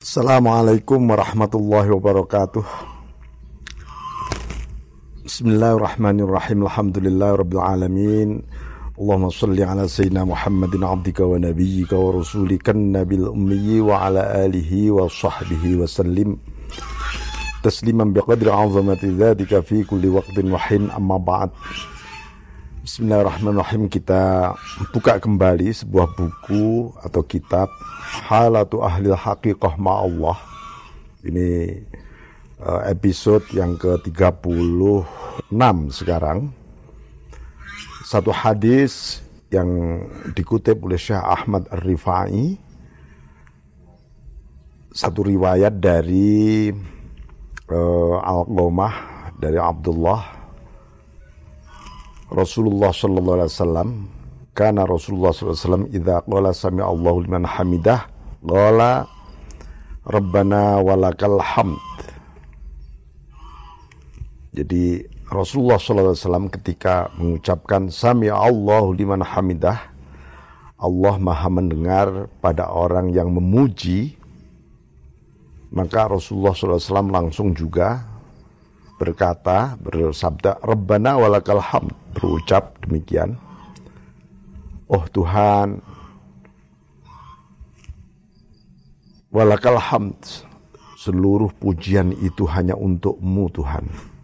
Assalamualaikum warahmatullahi wabarakatuh. Bismillahirrahmanirrahim. Alhamdulillahirabbil alamin. Allahumma shalli ala sayyidina Muhammadin abdika wa nabiyyika wa rasulika nabil ummi wa ala alihi wa sahbihi wa sallim tasliman biqadri 'azamati dzatika fi kulli waqtin wa hin, amma ba'd. Bismillahirrahmanirrahim. Kita buka kembali sebuah buku atau kitab Halatu Ahlil Haqiqah Ma'allah. Ini episode yang ke-36 sekarang. Satu hadis yang dikutip oleh Syekh Ahmad Ar-Rifai, satu riwayat dari Al-Qamah dari Abdullah. Rasulullah sallallahu alaihi wasallam, karena Rasulullah sallallahu alaihi wasallam idza qala sami Allahu liman hamidah qala rabbana walakal hamd. Jadi Rasulullah sallallahu alaihi wasallam ketika mengucapkan sami Allahu liman hamidah, Allah Maha mendengar pada orang yang memuji, maka Rasulullah sallallahu alaihi wasallam langsung juga bersabda rabbana walakal hamd, berucap demikian, oh Tuhan, walakal hamd, seluruh pujian itu hanya untuk-Mu Tuhan.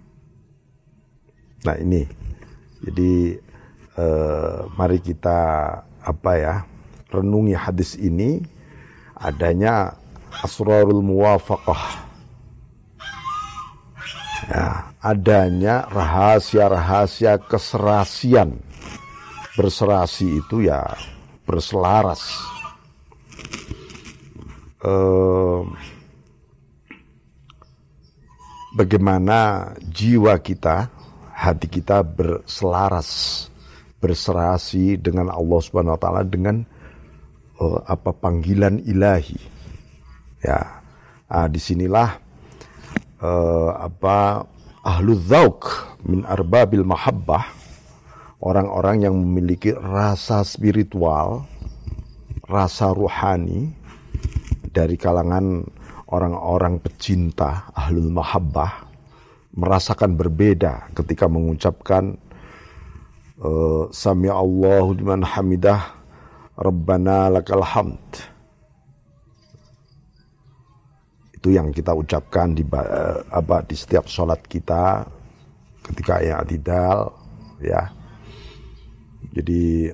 Nah ini, jadi mari kita renungi hadis ini, adanya asrarul muwafaqah. Ya, adanya rahasia-rahasia keserasian. Berserasi itu ya berselaras. Bagaimana jiwa kita, hati kita berselaras, berserasi dengan Allah Subhanahu wa taala, dengan panggilan ilahi. Ya. Nah, disinilah ahlul dzauq min arbabil mahabbah, orang-orang yang memiliki rasa spiritual, rasa ruhani, dari kalangan orang-orang pecinta ahlul mahabbah, merasakan berbeda ketika mengucapkan sami Allahu liman hamidah rabbana lakal hamd. Itu yang kita ucapkan di setiap sholat kita ketika i'tidal, ya. Jadi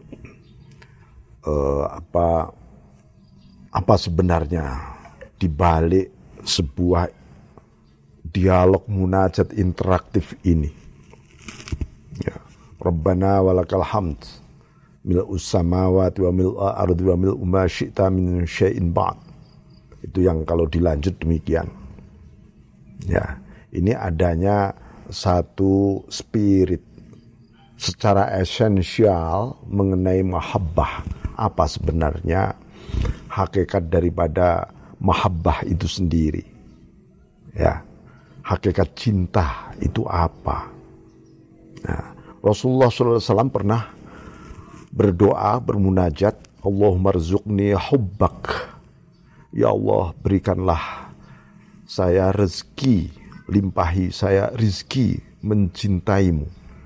apa sebenarnya di balik sebuah dialog munajat interaktif ini? Ya. Rabbana walakal hamd mil'us samawati wa mil'al ardi wa mil'u ma syi'ta min syai'in ba'd. Itu yang kalau dilanjut demikian. Ya, ini adanya satu spirit secara esensial mengenai mahabbah. Apa sebenarnya hakikat daripada mahabbah itu sendiri? Ya, hakikat cinta itu apa? Nah, Rasulullah SAW pernah berdoa, bermunajat, Allahumma rzuqni hubbak. Ya Allah, berikanlah saya rezeki, limpahi saya rezeki mencintaimu.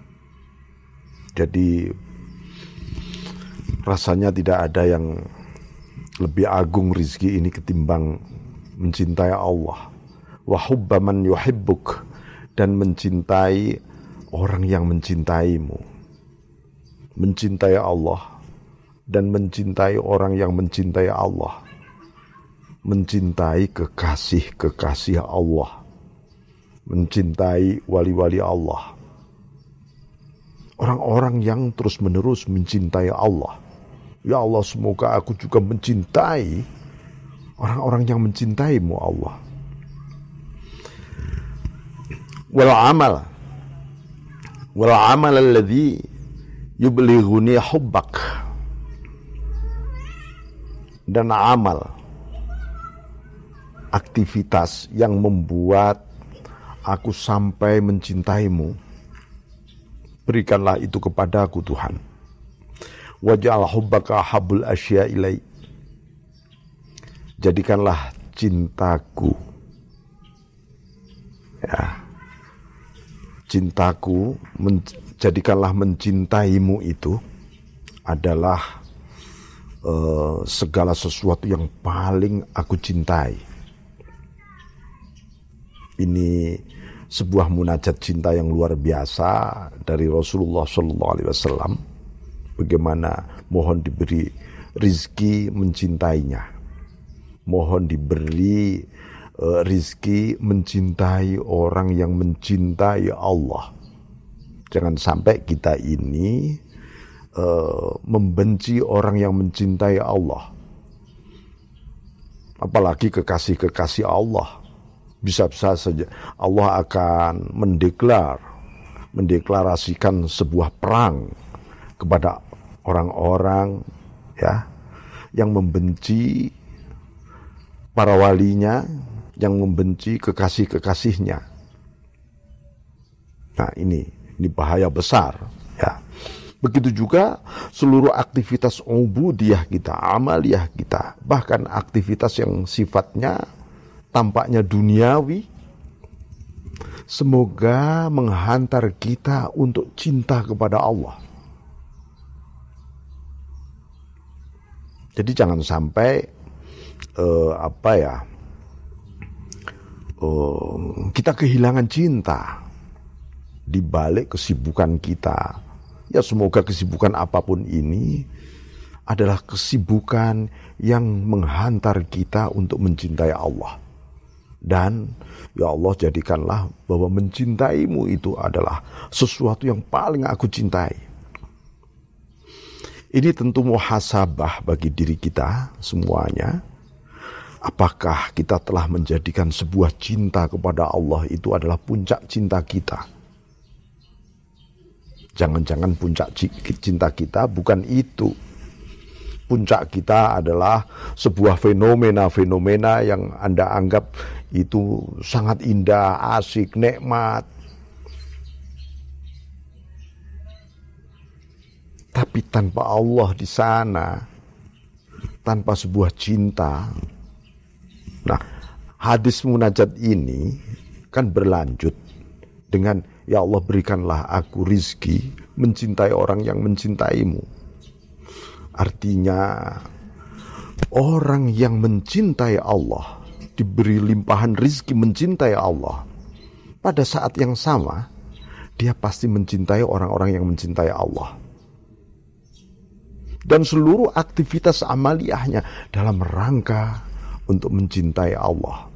Jadi rasanya tidak ada yang lebih agung rezeki ini ketimbang mencintai Allah. Wa hubba man yuhibbuk, dan mencintai orang yang mencintaimu. Mencintai Allah dan mencintai orang yang mencintai Allah. Mencintai kekasih-kekasih Allah, mencintai wali-wali Allah, orang-orang yang terus-menerus mencintai Allah. Ya Allah, semoga aku juga mencintai orang-orang yang mencintaimu Allah. Wal amal alladhi yublighuni hubbak, dan amal, aktivitas yang membuat aku sampai mencintaimu, berikanlah itu kepadaku Tuhan. Waj'al hubbaka habbul asya ilai, jadikanlah cintaku. Ya. Cintaku, jadikanlah mencintaimu itu adalah segala sesuatu yang paling aku cintai. Ini sebuah munajat cinta yang luar biasa dari Rasulullah SAW. Bagaimana mohon diberi rizki mencintainya, mohon diberi rizki mencintai orang yang mencintai Allah. Jangan sampai kita ini membenci orang yang mencintai Allah. Apalagi kekasih-kekasih Allah. Bisa-bisa saja Allah akan mendeklarasikan sebuah perang kepada orang-orang ya yang membenci para walinya, yang membenci kekasih-kekasihnya. Nah, ini bahaya besar ya. Begitu juga seluruh aktivitas ubudiyah kita, amaliyah kita, bahkan aktivitas yang sifatnya tampaknya duniawi, semoga menghantar kita untuk cinta kepada Allah. Jadi jangan sampai kita kehilangan cinta di balik kesibukan kita. Ya, semoga kesibukan apapun ini adalah kesibukan yang menghantar kita untuk mencintai Allah. Dan ya Allah, jadikanlah bahwa mencintaimu itu adalah sesuatu yang paling aku cintai. Ini tentu muhasabah bagi diri kita semuanya. Apakah kita telah menjadikan sebuah cinta kepada Allah itu adalah puncak cinta kita? Jangan-jangan puncak cinta kita bukan itu. Puncak kita adalah sebuah fenomena-fenomena yang Anda anggap itu sangat indah, asik, nikmat. Tapi tanpa Allah di sana, tanpa sebuah cinta. Nah, hadis munajat ini kan berlanjut dengan, ya Allah, berikanlah aku rizki mencintai orang yang mencintaimu. Artinya orang yang mencintai Allah, diberi limpahan rizki mencintai Allah, pada saat yang sama dia pasti mencintai orang-orang yang mencintai Allah. Dan seluruh aktivitas amaliyahnya dalam rangka untuk mencintai Allah.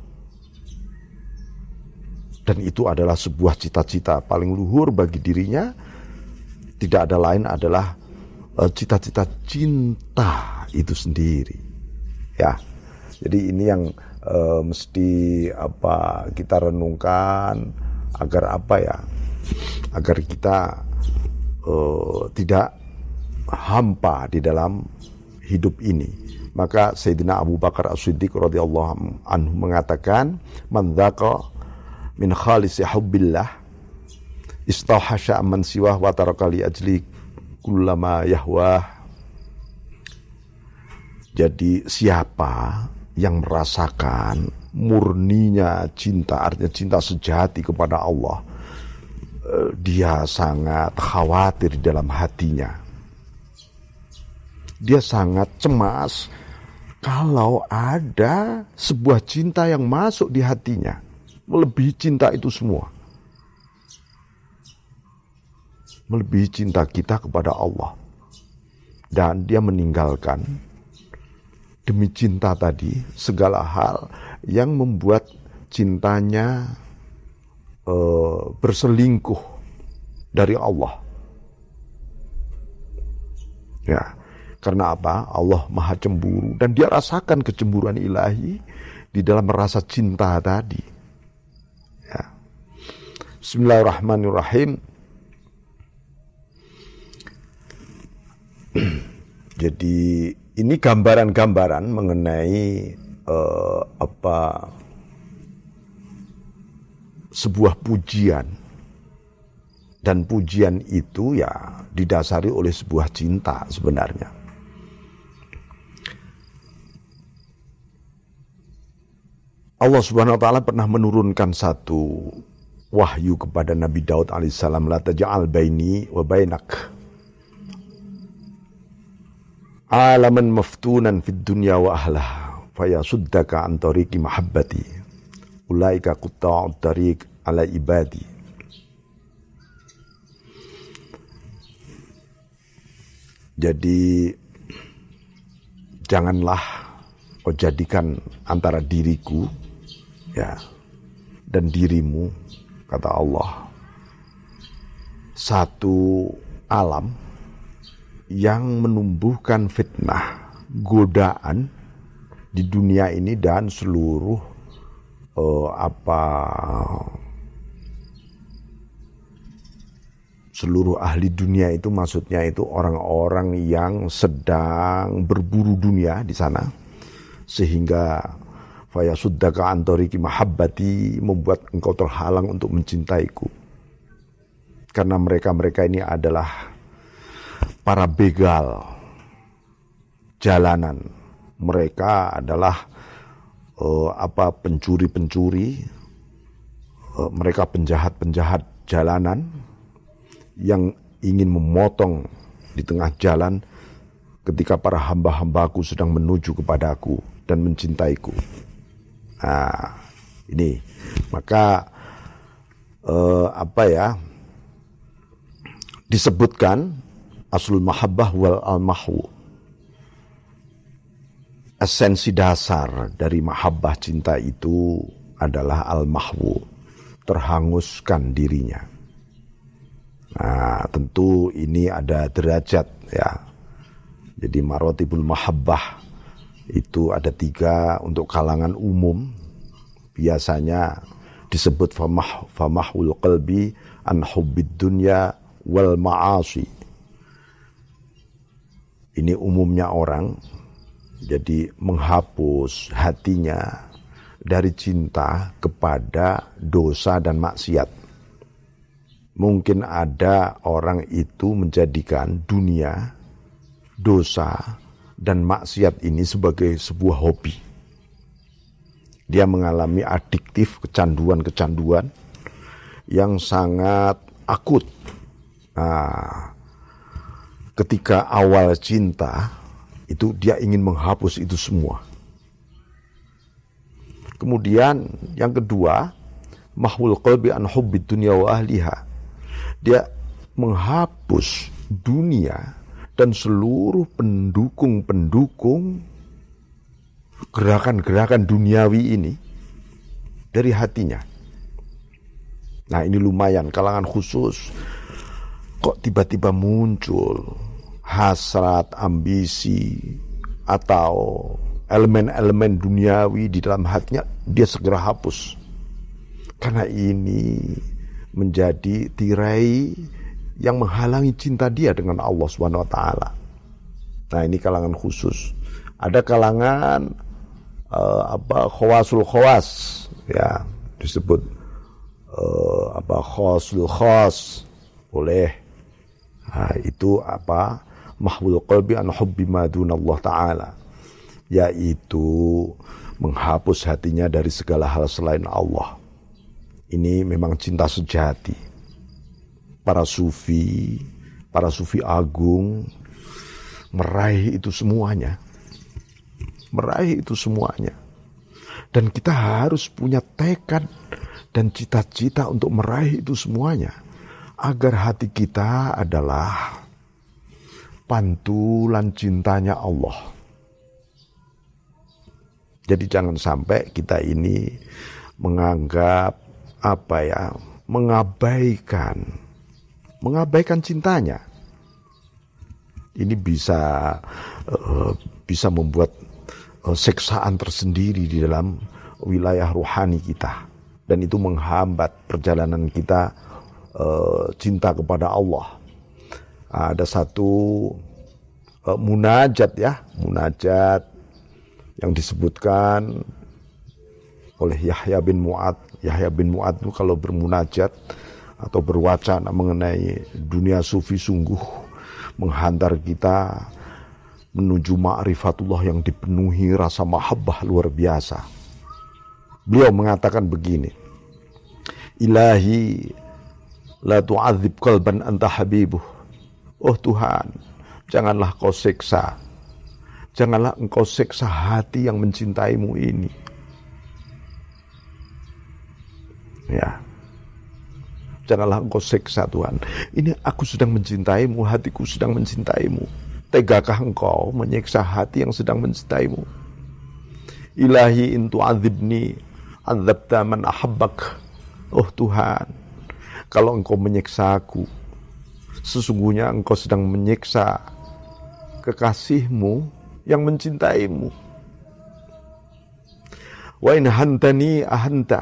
Dan itu adalah sebuah cita-cita paling luhur bagi dirinya. Tidak ada lain adalah cita-cita cinta itu sendiri. Ya, jadi ini yang mesti kita renungkan agar agar kita tidak hampa di dalam hidup ini. Maka Sayyidina Abu Bakar As-Siddiq radhiyallahu anhu mengatakan, man dzaqa min khalisi hubbillah istauhasha man siwah wa taraka li ajli kullama yahwah. Jadi siapa yang merasakan murninya cinta, artinya cinta sejati kepada Allah, dia sangat khawatir di dalam hatinya. Dia sangat cemas kalau ada sebuah cinta yang masuk di hatinya, melebihi cinta itu semua. Melebihi cinta kita kepada Allah. Dan dia meninggalkan demi cinta tadi segala hal yang membuat cintanya berselingkuh dari Allah. Ya, karena apa? Allah maha cemburu dan dia rasakan kecemburuan ilahi di dalam rasa cinta tadi. Ya. Bismillahirrahmanirrahim. Jadi ini gambaran-gambaran mengenai sebuah pujian, dan pujian itu ya didasari oleh sebuah cinta sebenarnya. Allah Subhanahu wa taala pernah menurunkan satu wahyu kepada Nabi Daud alaihissalam, la taj'al baini wa bainak alaman maftunan fid dunya wa ahlah fayasuddaka an tariqi mahabbati ulaika qutta'ut tariq ala ibadi. Jadi janganlah kau jadikan antara diriku ya dan dirimu, kata Allah, satu alam yang menumbuhkan fitnah, godaan di dunia ini dan seluruh seluruh ahli dunia itu, maksudnya itu orang-orang yang sedang berburu dunia di sana, sehingga fayasuddaka an tariqi mahabbati, membuat engkau terhalang untuk mencintaiku. Karena mereka ini adalah para begal jalanan. Mereka adalah pencuri-pencuri, mereka penjahat-penjahat jalanan yang ingin memotong di tengah jalan ketika para hamba-hambaku sedang menuju kepadaku dan mencintaiku. Nah, ini maka disebutkan aslul mahabbah wal al-mahwu. Esensi dasar dari mahabbah, cinta itu adalah al-mahwu, terhanguskan dirinya. Nah, tentu ini ada derajat ya. Jadi marotibul mahabbah itu ada 3 untuk kalangan umum. Biasanya disebut famahul qalbi an hubbid dunya wal ma'asi. Ini umumnya orang, jadi menghapus hatinya dari cinta kepada dosa dan maksiat. Mungkin ada orang itu menjadikan dunia, dosa, dan maksiat ini sebagai sebuah hobi. Dia mengalami adiktif, kecanduan-kecanduan yang sangat akut. Nah, ketika awal cinta, itu dia ingin menghapus itu semua. Kemudian yang kedua, mahwul qalbi an hubbid dunya wa ahliha. Dia menghapus dunia dan seluruh pendukung-pendukung gerakan-gerakan duniawi ini dari hatinya. Nah, ini lumayan, kalangan khusus kok tiba-tiba muncul hasrat, ambisi, atau elemen-elemen duniawi di dalam hatinya, dia segera hapus. Karena ini menjadi tirai yang menghalangi cinta dia dengan Allah Subhanahu wa taala. Nah, ini kalangan khusus. Ada kalangan khawasul khawas ya, disebut khawasul khas. Boleh. Nah, itu mahwul qalbi an hubbi ma dunallah taala, yaitu menghapus hatinya dari segala hal selain Allah. Ini memang cinta sejati. Para sufi agung meraih itu semuanya. Dan kita harus punya tekad dan cita-cita untuk meraih itu semuanya, agar hati kita adalah pantulan cintanya Allah. Jadi jangan sampai kita ini menganggap mengabaikan cintanya. Ini bisa membuat siksaan tersendiri di dalam wilayah ruhani kita, dan itu menghambat perjalanan kita cinta kepada Allah. Ada satu munajat yang disebutkan oleh Yahya bin Mu'ad. Yahya bin Mu'ad itu kalau bermunajat atau berwacana mengenai dunia sufi sungguh menghantar kita menuju ma'rifatullah yang dipenuhi rasa mahabbah luar biasa. Beliau mengatakan begini, Ilahi la tu'adzib qalban anta habibuh. Oh Tuhan, janganlah kau seksa. Janganlah engkau seksa hati yang mencintaimu ini. Ya. Janganlah engkau seksa Tuhan. Ini aku sedang mencintaimu, hatiku sedang mencintaimu. Tegakah engkau menyiksa hati yang sedang mencintaimu? Ilahi in tu'adzibni adzabta man ahabbak. Oh Tuhan, kalau engkau menyiksa aku, sesungguhnya engkau sedang menyiksa kekasihmu yang mencintaimu. Wa in hantani ahanta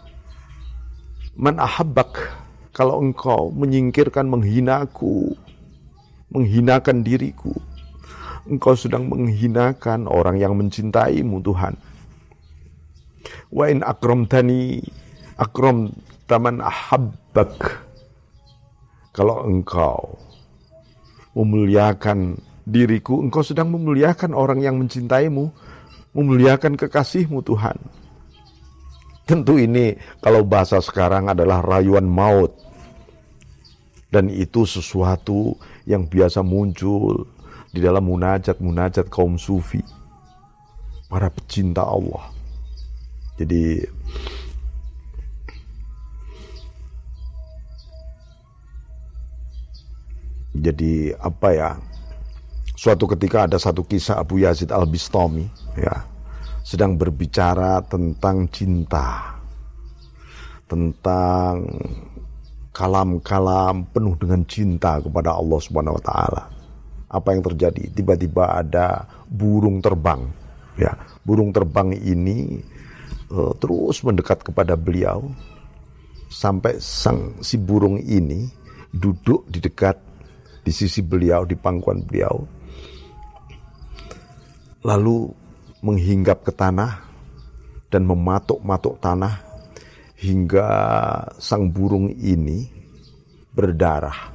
man ahabbak. Kalau engkau menyingkirkan, menghinaku, menghinakan diriku, engkau sedang menghinakan orang yang mencintaimu Tuhan. Wa in akramtani akramta man ahabbak. Kalau engkau memuliakan diriku, engkau sedang memuliakan orang yang mencintaimu, memuliakan kekasihmu Tuhan. Tentu ini kalau bahasa sekarang adalah rayuan maut. Dan itu sesuatu yang biasa muncul di dalam munajat-munajat kaum sufi, para pecinta Allah. Jadi apa ya? Suatu ketika ada satu kisah Abu Yazid Al-Bistami, ya, sedang berbicara tentang cinta, tentang kalam-kalam penuh dengan cinta kepada Allah Subhanahu wa taala. Apa yang terjadi? Tiba-tiba ada burung terbang, ya. Burung terbang ini terus mendekat kepada beliau sampai si burung ini duduk di dekat di sisi beliau, di pangkuan beliau. Lalu menghinggap ke tanah dan mematuk-matuk tanah hingga sang burung ini berdarah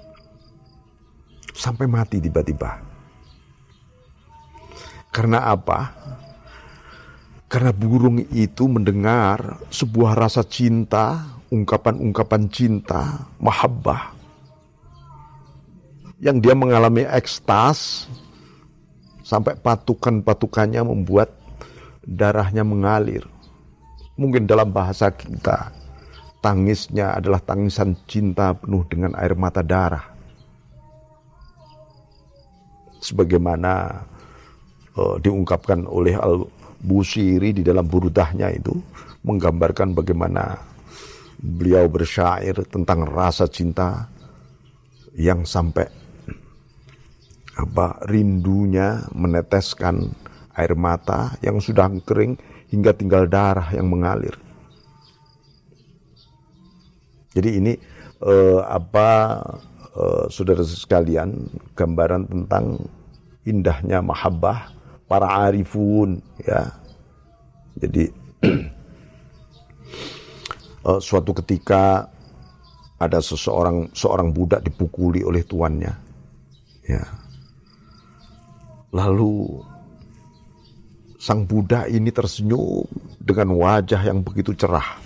sampai mati tiba-tiba. Karena apa? Karena burung itu mendengar sebuah rasa cinta, ungkapan-ungkapan cinta, mahabbah, yang dia mengalami ekstas sampai patukan-patukannya membuat darahnya mengalir. Mungkin dalam bahasa kita, tangisnya adalah tangisan cinta penuh dengan air mata darah. Sebagaimana diungkapkan oleh Al-Busiri di dalam Burudahnya itu, menggambarkan bagaimana beliau bersyair tentang rasa cinta yang sampai rindunya meneteskan air mata yang sudah kering hingga tinggal darah yang mengalir. Jadi ini saudara sekalian, gambaran tentang indahnya mahabbah para arifun, ya. Jadi suatu ketika ada seorang budak dipukuli oleh tuannya, ya. Lalu sang budak ini tersenyum dengan wajah yang begitu cerah.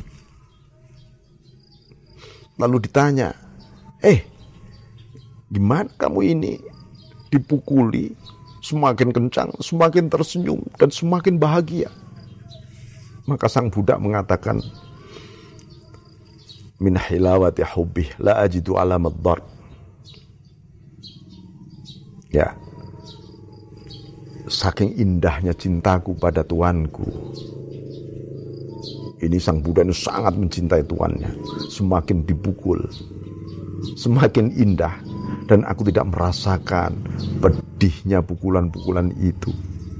Lalu ditanya, gimana kamu ini dipukuli? Semakin kencang, semakin tersenyum, dan semakin bahagia. Maka sang budak mengatakan, min hilawati hubbih la ajidu alamat darb. Ya, saking indahnya cintaku pada tuanku. Ini sang budak ini sangat mencintai tuannya. Semakin dipukul, semakin indah, dan aku tidak merasakan pedihnya pukulan-pukulan itu.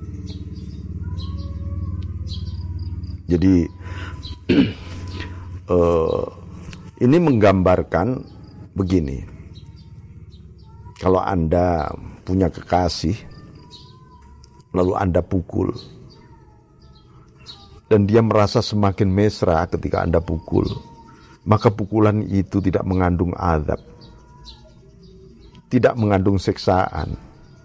Jadi ini menggambarkan begini. Kalau Anda punya kekasih, lalu Anda pukul, dan dia merasa semakin mesra ketika Anda pukul, maka pukulan itu tidak mengandung azab, tidak mengandung siksaan,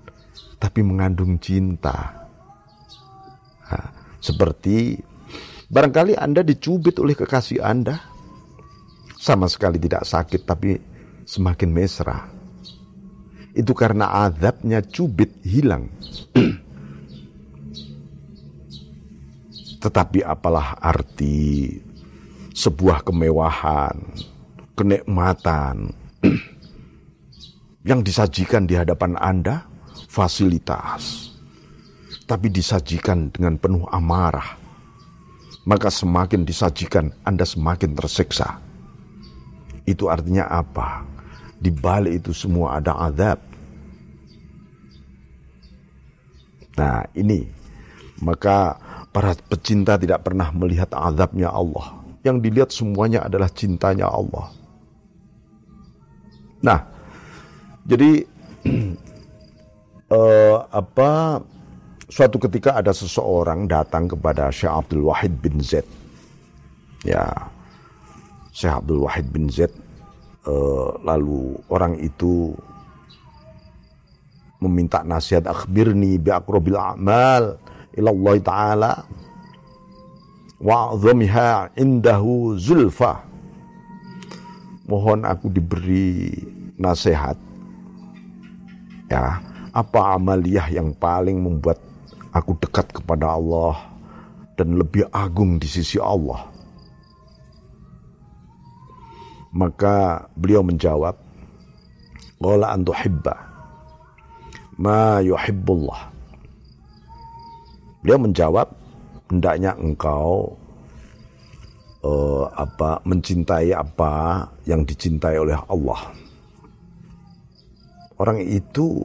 tapi mengandung cinta. Seperti Barangkali Anda dicubit oleh kekasih Anda, sama sekali tidak sakit tapi semakin mesra. Itu karena azabnya cubit hilang. Tetapi apalah arti sebuah kemewahan, kenikmatan yang disajikan di hadapan Anda, fasilitas, tapi disajikan dengan penuh amarah. Maka semakin disajikan, Anda semakin tersiksa. Itu artinya apa? Di balik itu semua ada azab. Nah ini, maka para pecinta tidak pernah melihat azabnya Allah. Yang dilihat semuanya adalah cintanya Allah. Nah, jadi suatu ketika ada seseorang datang kepada Syekh Abdul Wahid bin Zaid. Ya, Syekh Abdul Wahid bin Zaid, lalu orang itu meminta nasihat, akhbirni bi aqrabil a'mal ila Allah Ta'ala wa'adhamiha indahu zulfa. Mohon aku diberi nasihat, ya, apa amaliyah yang paling membuat aku dekat kepada Allah dan lebih agung di sisi Allah. Maka beliau menjawab, qala an tuhibba ma yuhibbullah. Beliau menjawab, hendaknya engkau mencintai apa yang dicintai oleh Allah. Orang itu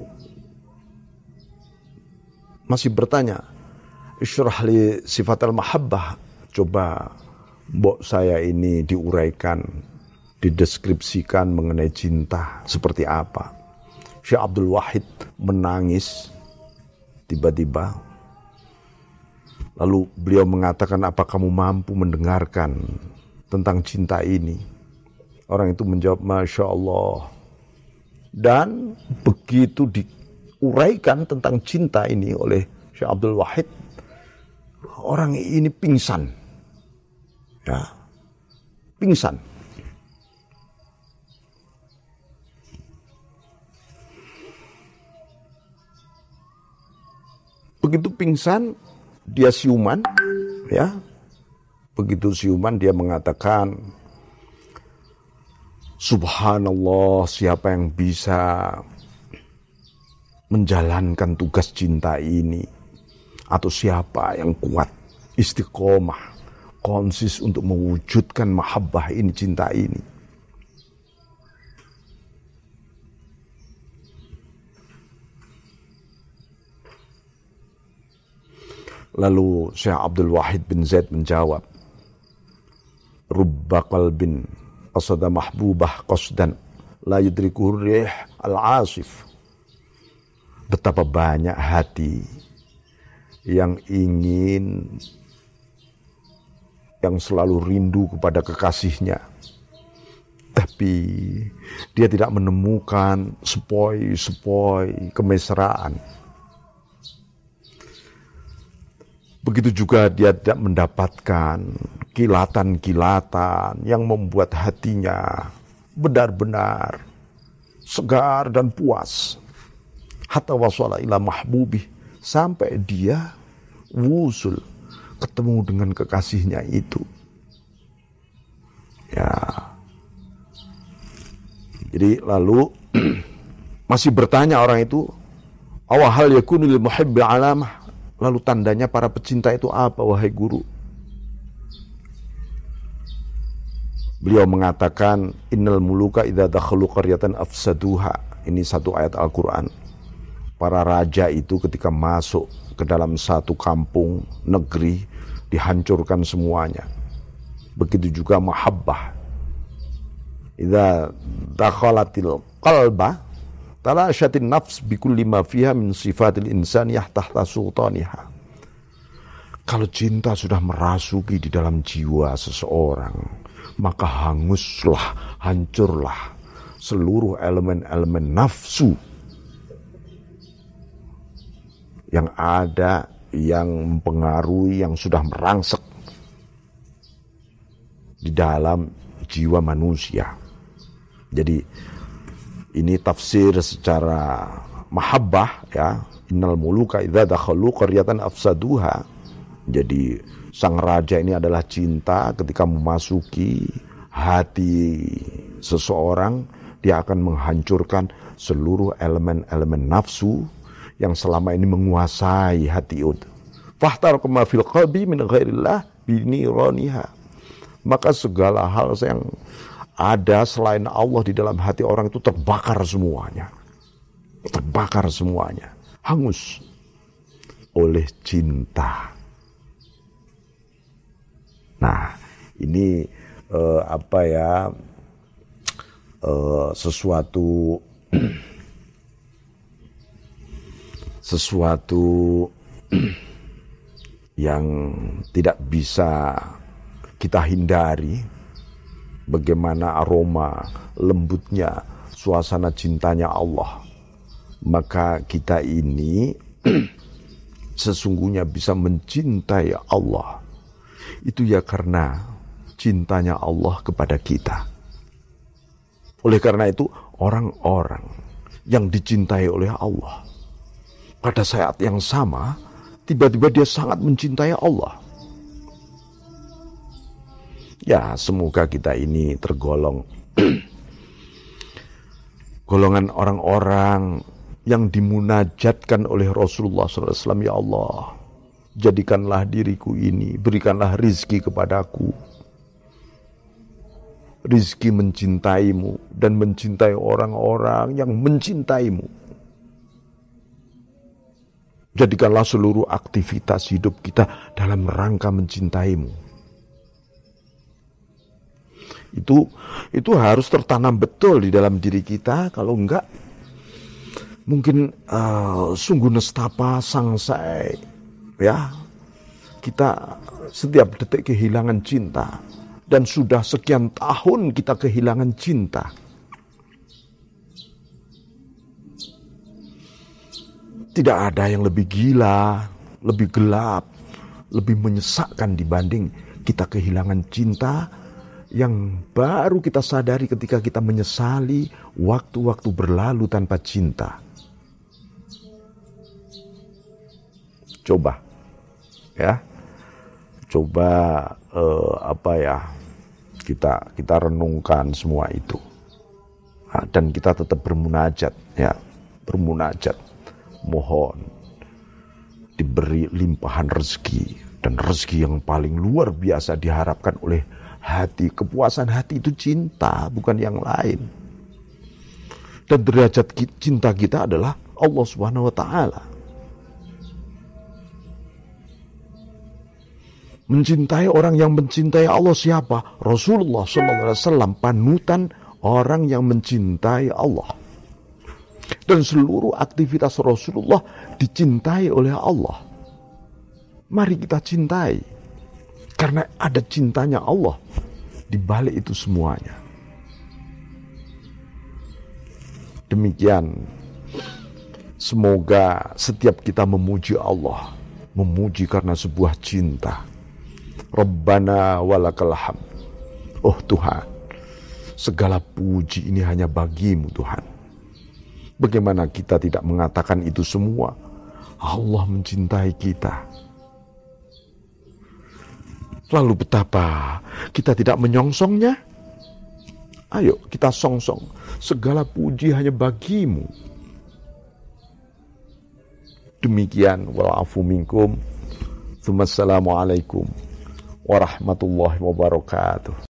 masih bertanya, isyrah li sifat al-mahabbah. Coba mbok saya ini diuraikan, dideskripsikan mengenai cinta seperti apa. Syekh Abdul Wahid menangis tiba-tiba. Lalu beliau mengatakan, apa kamu mampu mendengarkan tentang cinta ini? Orang itu menjawab, Masya Allah. Dan begitu diuraikan tentang cinta ini oleh Syekh Abdul Wahid, orang ini pingsan. Ya, pingsan. Begitu pingsan, dia siuman, ya. Begitu siuman dia mengatakan, Subhanallah, siapa yang bisa menjalankan tugas cinta ini? Atau siapa yang kuat, istiqomah, konsis untuk mewujudkan mahabbah ini, cinta ini? Lalu Syekh Abdul Wahid bin Zaid menjawab, Rubba qalbin qasada mahbubah qasdan la yudrikuhu rih al-asif. Betapa banyak hati yang ingin, yang selalu rindu kepada kekasihnya, tapi dia tidak menemukan sepoi-sepoi kemesraan. Begitu juga dia tidak mendapatkan kilatan-kilatan yang membuat hatinya benar-benar segar dan puas. Hatta wasala ila mahbubih, sampai dia wusul, ketemu dengan kekasihnya itu. Ya. Jadi lalu masih bertanya orang itu, awahal yakunu lil muhibbi alamah. Lalu tandanya para pecinta itu apa, wahai guru? Beliau mengatakan, innal muluka idza dakhalu qaryatan afsaduha. Ini satu ayat Al-Quran. Para raja itu ketika masuk ke dalam satu kampung, negeri, dihancurkan semuanya. Begitu juga mahabbah. Idza dakhalatil qalba talashatin nafs bikulli ma fiha min sifatil insaniyah tahta sultaniha. Kalau cinta sudah merasuki di dalam jiwa seseorang, maka hanguslah, hancurlah seluruh elemen-elemen nafsu yang ada, yang mempengaruhi, yang sudah merangsek di dalam jiwa manusia. Jadi ini tafsir secara mahabbah ya. Innal muluka idza dakhalu qaryatan afsaduha. Jadi sang raja ini adalah cinta. Ketika memasuki hati seseorang, dia akan menghancurkan seluruh elemen-elemen nafsu yang selama ini menguasai hati itu. Fahtar kama fil qalbi min ghairillah biniraniha. Maka segala hal yang ada selain Allah di dalam hati orang itu terbakar semuanya. Terbakar semuanya. Hangus oleh cinta. Nah, ini sesuatu yang tidak bisa kita hindari. Bagaimana aroma lembutnya suasana cintanya Allah. Maka kita ini sesungguhnya bisa mencintai Allah. Itu ya karena cintanya Allah kepada kita. Oleh karena itu orang-orang yang dicintai oleh Allah, pada saat yang sama tiba-tiba dia sangat mencintai Allah. Ya, semoga kita ini tergolong golongan orang-orang yang dimunajatkan oleh Rasulullah SAW. Ya Allah, jadikanlah diriku ini, berikanlah rizki kepadaku. Rizki mencintaimu dan mencintai orang-orang yang mencintaimu. Jadikanlah seluruh aktivitas hidup kita dalam rangka mencintaimu. Itu harus tertanam betul di dalam diri kita. Kalau enggak, mungkin sungguh nestapa sangsai. Ya, kita setiap detik kehilangan cinta. Dan sudah sekian tahun kita kehilangan cinta. Tidak ada yang lebih gila, lebih gelap, lebih menyesakkan dibanding kita kehilangan cinta yang baru kita sadari ketika kita menyesali waktu-waktu berlalu tanpa cinta. Coba kita renungkan semua itu. Dan kita tetap bermunajat, mohon diberi limpahan rezeki, dan rezeki yang paling luar biasa diharapkan oleh hati. Kepuasan hati itu cinta, bukan yang lain. Dan derajat cinta kita adalah Allah Subhanahu wa taala. Mencintai orang yang mencintai Allah siapa? Rasulullah SAW, panutan orang yang mencintai Allah. Dan seluruh aktivitas Rasulullah dicintai oleh Allah. Mari kita cintai. Karena ada cintanya Allah di balik itu semuanya. Demikian. Semoga setiap kita memuji Allah, memuji karena sebuah cinta. Rabbana walakal hamd. Oh Tuhan, segala puji ini hanya bagimu Tuhan. Bagaimana kita tidak mengatakan itu semua? Allah mencintai kita. Lalu betapa kita tidak menyongsongnya? Ayo kita songsong. Segala puji hanya bagimu. Demikian, wa'afu minkum. Assalamualaikum warahmatullahi wabarakatuh.